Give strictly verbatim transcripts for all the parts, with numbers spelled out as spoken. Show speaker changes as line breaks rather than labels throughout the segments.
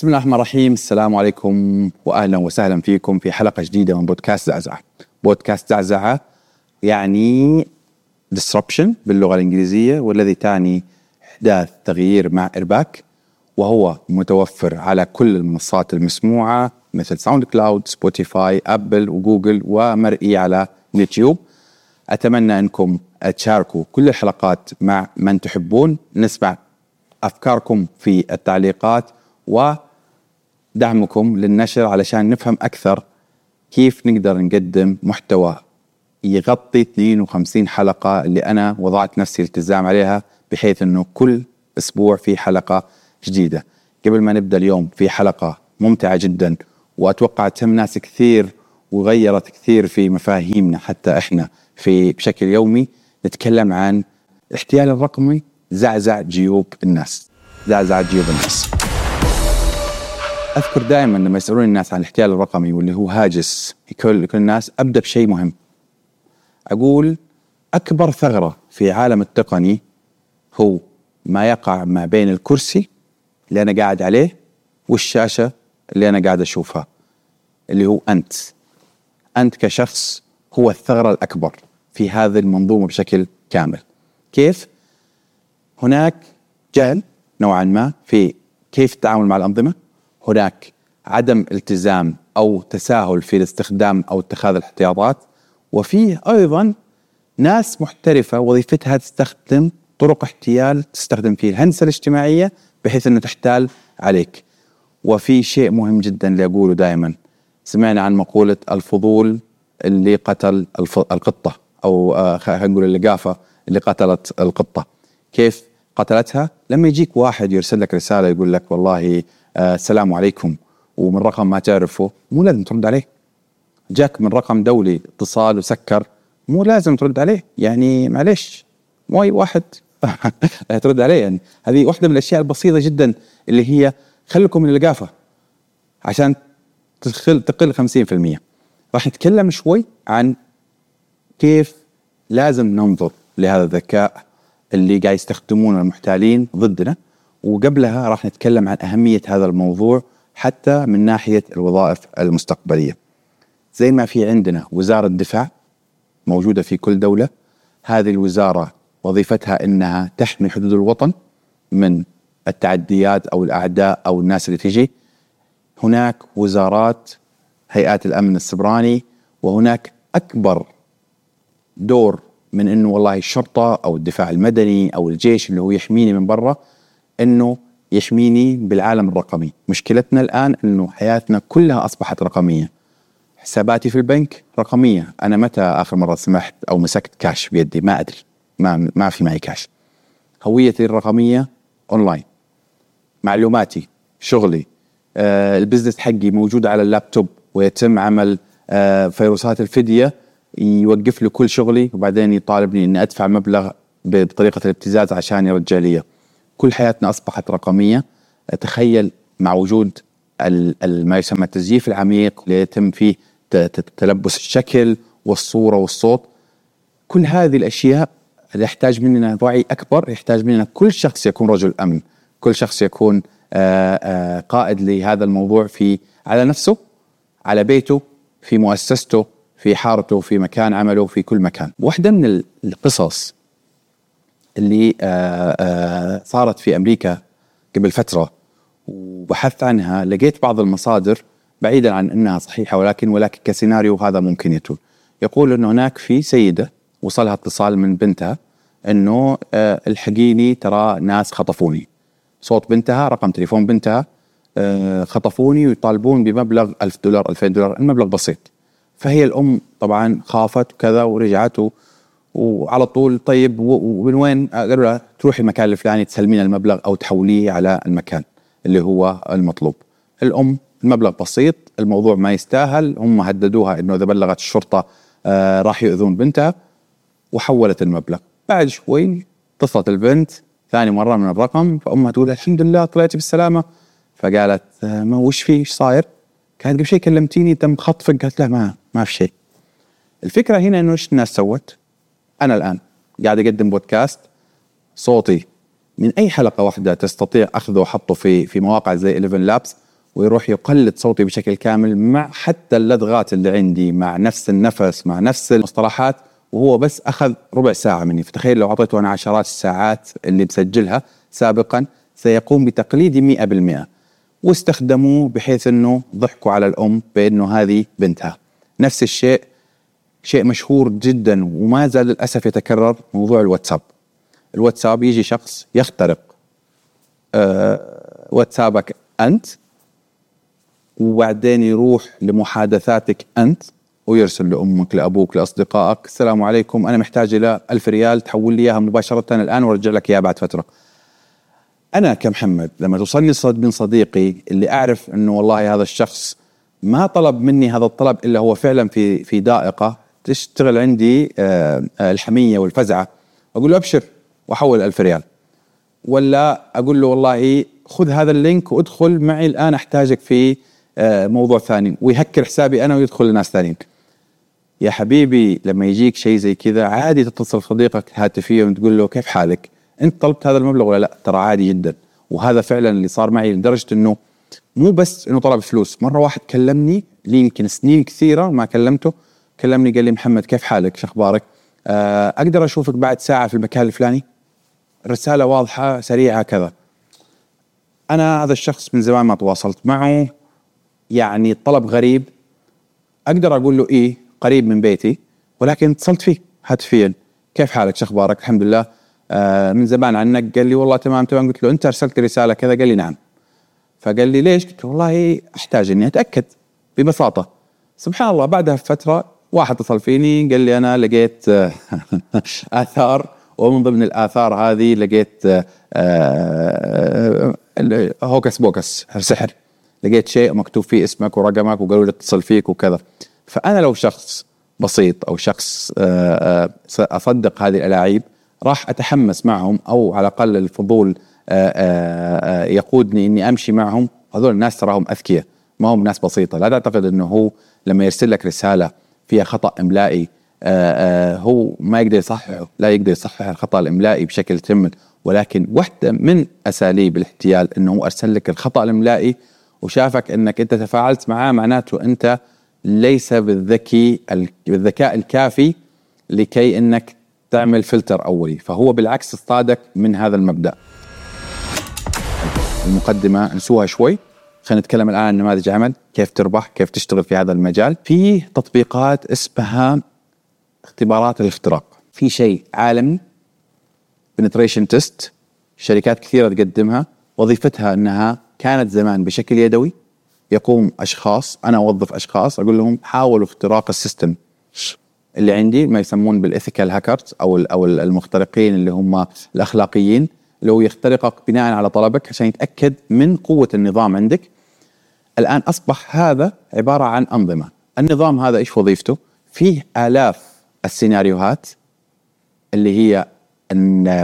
بسم الله الرحمن الرحيم. السلام عليكم وأهلا وسهلا فيكم في حلقة جديدة من بودكاست زعزعة. بودكاست زعزعة يعني disruption باللغة الإنجليزية، والذي تعني إحداث تغيير مع إرباك، وهو متوفر على كل المنصات المسموعة مثل ساوند كلاود، سبوتيفاي، أبل وجوجل، ومرئي على يوتيوب. أتمنى أنكم تشاركوا كل الحلقات مع من تحبون، نسمع أفكاركم في التعليقات ودعمكم للنشر علشان نفهم أكثر كيف نقدر نقدم محتوى يغطي اثنين وخمسين حلقة اللي أنا وضعت نفسي التزام عليها، بحيث أنه كل أسبوع في حلقة جديدة. قبل ما نبدأ اليوم في حلقة ممتعة جدا، وأتوقع تهم ناس كثير وغيرت كثير في مفاهيمنا حتى إحنا في بشكل يومي. نتكلم عن الاحتيال الرقمي، زعزع جيوب الناس. زعزع جيوب الناس. أذكر دائما لما يسألون الناس عن الاحتيال الرقمي واللي هو هاجس كل كل الناس، أبدأ بشيء مهم. أقول أكبر ثغرة في عالم التقني هو ما يقع ما بين الكرسي اللي أنا قاعد عليه والشاشة اللي أنا قاعد أشوفها، اللي هو أنت. أنت كشخص هو الثغرة الأكبر في هذه المنظومة بشكل كامل. كيف؟ هناك جهل نوعا ما في كيف التعامل مع الأنظمة، هناك عدم التزام أو تساهل في الاستخدام أو اتخاذ الاحتياطات، وفيه أيضا ناس محترفة وظيفتها تستخدم طرق احتيال، تستخدم فيه الهندسة الاجتماعية بحيث أنه تحتال عليك. وفي شيء مهم جدا اللي أقوله دائما، سمعنا عن مقولة الفضول اللي قتل الف... القطة، أو آه خلينا نقول اللقافة اللي قتلت القطة. كيف قتلتها؟ لما يجيك واحد يرسل لك رسالة يقول لك والله آه السلام عليكم ومن رقم ما تعرفه، مو لازم ترد عليه. جاك من رقم دولي اتصال وسكر، مو لازم ترد عليه. يعني معليش، مو أي واحد ترد عليه. يعني هذه واحدة من الأشياء البسيطة جدا اللي هي خلكم من اللقافة عشان تقل تقل خمسين بالمئة. راح نتكلم شوي عن كيف لازم ننظر لهذا الذكاء اللي قاعد يستخدمونه المحتالين ضدنا، وقبلها راح نتكلم عن أهمية هذا الموضوع حتى من ناحية الوظائف المستقبلية. زي ما في عندنا وزارة دفاع موجودة في كل دولة، هذه الوزارة وظيفتها إنها تحمي حدود الوطن من التعديات أو الأعداء أو الناس اللي تجي. هناك وزارات هيئات الأمن السبراني، وهناك أكبر دور من إنه والله الشرطة أو الدفاع المدني أو الجيش اللي هو يحميني من برا، إنه يحميني بالعالم الرقمي. مشكلتنا الآن إنه حياتنا كلها أصبحت رقمية. حساباتي في البنك رقمية. أنا متى آخر مرة سمحت أو مسكت كاش بيدي؟ ما أدري، ما ما في معي كاش. هويتي الرقمية أونلاين. معلوماتي، شغلي، آه البزنس حقي موجود على اللابتوب، ويتم عمل آه فيروسات الفدية يوقف له كل شغلي، وبعدين يطالبني إني أدفع مبلغ بطريقة الابتزاز عشان يرجع لي. كل حياتنا أصبحت رقمية. تخيل مع وجود ما يسمى التزييف العميق اللي يتم فيه تلبس الشكل والصورة والصوت. كل هذه الأشياء اللي يحتاج مننا وعي أكبر، يحتاج مننا كل شخص يكون رجل أمن، كل شخص يكون آآ آآ قائد لهذا الموضوع في على نفسه، على بيته، في مؤسسته، في حارته، في مكان عمله، في كل مكان. واحدة من القصص اللي آآ آآ صارت في أمريكا قبل فترة وبحثت عنها، لقيت بعض المصادر بعيدا عن أنها صحيحة، ولكن ولكن كسيناريو هذا ممكن يتول. يقول أنه هناك في سيدة وصلها اتصال من بنتها أنه آه الحقيني ترى ناس خطفوني. صوت بنتها، رقم تليفون بنتها، آه خطفوني ويطالبون بمبلغ ألف دولار ألفين دولار، المبلغ بسيط. فهي الأم طبعا خافت وكذا ورجعت وعلى طول طيب ومن وين؟ قالوا لها تروحي المكان الفلاني تسلمين المبلغ أو تحوليه على المكان اللي هو المطلوب. الأم المبلغ بسيط، الموضوع ما يستاهل، هم هددوها إنه إذا بلغت الشرطة آه راح يؤذون بنتها، وحولت المبلغ. بعد شوي اتصلت البنت ثاني مرة من الرقم، فأمها تقول الحمد لله طلعتي بالسلامة. فقالت آه ما وش فيه، ايش صاير؟ كانت قبل شيء كلمتيني تم خطفك. قالت لا ما ما في شيء. الفكرة هنا إنه إيش الناس سوت؟ أنا الآن قاعد أقدم بودكاست، صوتي من أي حلقة واحدة تستطيع أخذه وحطه في في مواقع زي إليفن لابس، ويروح يقلد صوتي بشكل كامل مع حتى اللدغات اللي عندي، مع نفس النفس، مع نفس المصطلحات، وهو بس أخذ ربع ساعة مني. فتخيل لو أعطيته أنا عشرات الساعات اللي مسجلها سابقا، سيقوم بتقليدي مئة بالمئة. واستخدموه بحيث أنه ضحكوا على الأم بأنه هذه بنتها. نفس الشيء، شيء مشهور جدا وما زال للأسف يتكرر، موضوع الواتساب. الواتساب يجي شخص يخترق أه واتسابك أنت، وبعدين يروح لمحادثاتك أنت ويرسل لأمك، لأبوك، لأصدقائك: السلام عليكم، أنا محتاج إلى ألف ريال، تحول لي إياها مباشرة الآن وارجع لك إياها بعد فترة. أنا كمحمد لما توصلني صد من صديقي اللي أعرف أنه والله هذا الشخص ما طلب مني هذا الطلب إلا هو فعلا في في ضائقة تشتغل عندي آه الحمية والفزعة، أقول له أبشر وأحول ألف ريال. ولا أقول له والله خذ هذا اللينك وادخل معي الآن، أحتاجك في آه موضوع ثاني، ويهكر حسابي أنا ويدخل لناس ثانيين. يا حبيبي لما يجيك شيء زي كذا عادي تتصل صديقك هاتفيا وتقول له كيف حالك؟ أنت طلبت هذا المبلغ ولا لا؟ ترى عادي جدا. وهذا فعلا اللي صار معي، لدرجة أنه مو بس أنه طلب فلوس. مرة واحد كلمني لي يمكن سنين كثيرة ما كلمته، كلمني قال لي: محمد كيف حالك؟ شو أخبارك؟ آه أقدر أشوفك بعد ساعة في المكان الفلاني؟ الرسالة واضحة سريعة كذا. أنا هذا الشخص من زمان ما تواصلت معه، يعني الطلب غريب، أقدر أقول له إيه قريب من بيتي، ولكن اتصلت فيه هاتفيا: كيف حالك؟ شو أخبارك؟ الحمد لله، آه من زمان عنك. قال لي: والله تمام تمام. قلت له: أنت أرسلت رسالة كذا؟ قال لي: نعم. فقال لي: ليش؟ قلت له: والله أحتاج إني أتأكد ببساطة. سبحان الله، بعدها بفترة واحد اتصل فيني قال لي: أنا لقيت آثار، ومن ضمن الآثار هذه لقيت هوكس بوكس، سحر. لقيت شيء مكتوب فيه اسمك ورقمك وقالوا لي اتصل فيك وكذا. فأنا لو شخص بسيط أو شخص أصدق هذه الألاعيب راح أتحمس معهم، أو على الأقل الفضول يقودني إني أمشي معهم. هذول الناس تراهم أذكياء، ما هم ناس بسيطة. لا تعتقد أنه هو لما يرسل لك رسالة فيها خطأ إملائي آآ آآ هو ما يقدر يصححه، لا يقدر يصحح الخطأ الإملائي بشكل تم. ولكن واحدة من أساليب الاحتيال أنه هو أرسل لك الخطأ الإملائي وشافك أنك أنت تفاعلت معاه، معناته أنت ليس بالذكي بالذكاء الكافي لكي أنك تعمل فلتر أولي، فهو بالعكس اصطادك من هذا المبدأ. المقدمة نسوها شوي، خلينا نتكلم الآن عن نماذج عمل، كيف تربح، كيف تشتغل في هذا المجال. في تطبيقات اسمها اختبارات الاختراق. في شيء عالمي penetration test، شركات كثيرة تقدمها، وظيفتها أنها كانت زمان بشكل يدوي، يقوم أشخاص، أنا أوظف أشخاص أقول لهم حاولوا اختراق السيستم اللي عندي، ما يسمون بالإثيكال هاكرز أو أو المخترقين اللي هم الأخلاقيين، اللي هو يخترقك بناء على طلبك عشان يتأكد من قوة النظام عندك. الآن أصبح هذا عبارة عن أنظمة. النظام هذا إيش وظيفته؟ فيه آلاف السيناريوهات اللي هي أن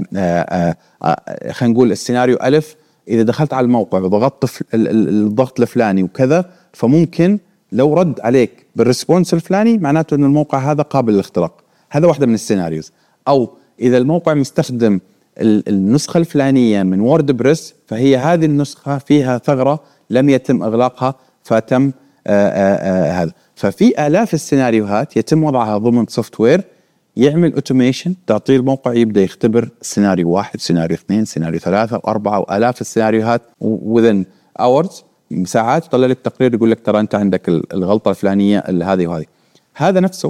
خلينا نقول السيناريو ألف، إذا دخلت على الموقع وضغطت الضغط الفلاني وكذا، فممكن لو رد عليك بالريسبونس الفلاني معناته أن الموقع هذا قابل للاختراق. هذا واحدة من السيناريوز. أو إذا الموقع مستخدم النسخة الفلانية من وورد بريس، فهي هذه النسخة فيها ثغرة لم يتم إغلاقها فتم آآ آآ هذا. ففي آلاف السيناريوهات يتم وضعها ضمن سوفت وير يعمل اوتوميشن، تعطيه الموقع يبدأ يختبر سيناريو واحد، سيناريو اثنين، سيناريو ثلاثة وأربعة، وآلاف السيناريوهات within hours، ساعات يطلع لك تقرير يقول لك ترى أنت عندك الغلطة الفلانية هذه وهذه. هذا نفسه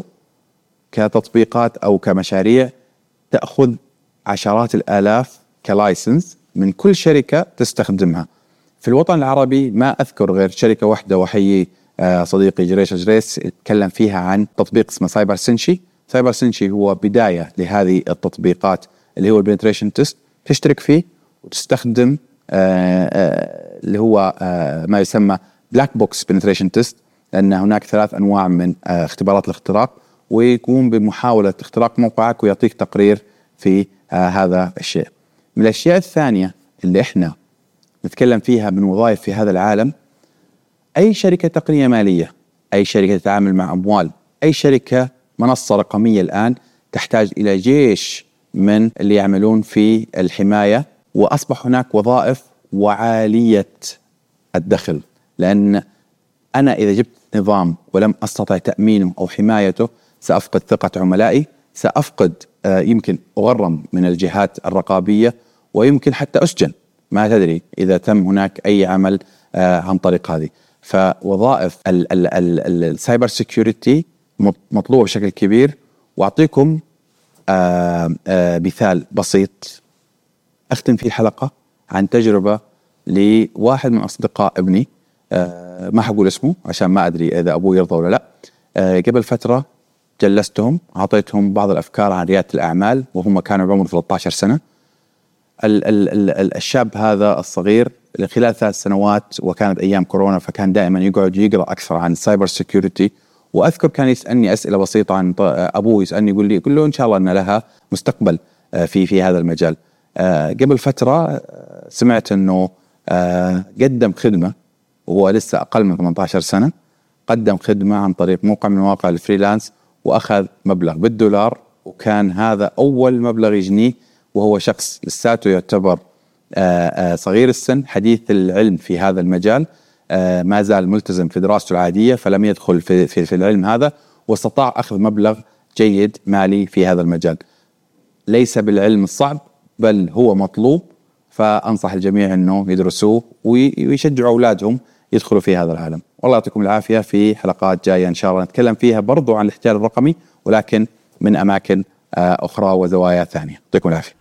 كتطبيقات أو كمشاريع تأخذ عشرات الآلاف كلايسنس من كل شركة تستخدمها. في الوطن العربي ما أذكر غير شركة واحدة، وحيي صديقي جريش جريس يتكلم فيها عن تطبيق اسمه سايبر سينشي. سايبر سينشي هو بداية لهذه التطبيقات اللي هو البنتريشن تيست، تشترك فيه وتستخدم آآ آآ اللي هو ما يسمى بلاك بوكس بنتريشن تيست، لأن هناك ثلاث أنواع من اختبارات الاختراق، ويقوم بمحاولة اختراق موقعك ويعطيك تقرير في آه هذا الشيء. من الأشياء الثانية اللي إحنا نتكلم فيها من وظائف في هذا العالم، أي شركة تقنية مالية، أي شركة تتعامل مع أموال، أي شركة منصة رقمية الآن تحتاج إلى جيش من اللي يعملون في الحماية. وأصبح هناك وظائف وعالية الدخل لأن أنا إذا جبت نظام ولم أستطع تأمينه أو حمايته سأفقد ثقة عملائي، سأفقد آه يمكن أغرم من الجهات الرقابية، ويمكن حتى أسجن، ما تدري إذا تم هناك أي عمل آه عن طريق هذه. فوظائف السايبر سيكيورتي مطلوبة بشكل كبير. وأعطيكم آه آه مثال بسيط أختم فيه الحلقة عن تجربة لواحد من أصدقاء ابني، آه ما حقول اسمه عشان ما أدري إذا أبوه يرضى ولا لا. آه قبل فترة جلستهم أعطيتهم بعض الأفكار عن ريادة الأعمال وهم كانوا بعمر ثلاثة عشر سنة. ال ال ال الشاب هذا الصغير خلال ثلاث سنوات وكانت أيام كورونا، فكان دائما يقعد يقرأ أكثر عن السايبر سيكيورتي. وأذكر كان يسألني أسئلة بسيطة عن أبوه، يسألني يقول لي يقول له إن شاء الله أن لها مستقبل في في هذا المجال. قبل فترة سمعت أنه قدم خدمة وهو لسه أقل من ثمانية عشر سنة، قدم خدمة عن طريق موقع من مواقع الفريلانس وأخذ مبلغ بالدولار، وكان هذا أول مبلغ يجنيه وهو شخص لساته يعتبر صغير السن حديث العلم في هذا المجال، ما زال ملتزم في دراسته العادية فلم يدخل في, في, في العلم هذا، واستطاع أخذ مبلغ جيد مالي في هذا المجال. ليس بالعلم الصعب بل هو مطلوب، فأنصح الجميع أنه يدرسوه ويشجعوا أولادهم يدخلوا في هذا العالم. والله يعطيكم العافية. في حلقات جاية إن شاء الله نتكلم فيها برضو عن الاحتيال الرقمي ولكن من أماكن أخرى وزوايا ثانية. يعطيكم العافية.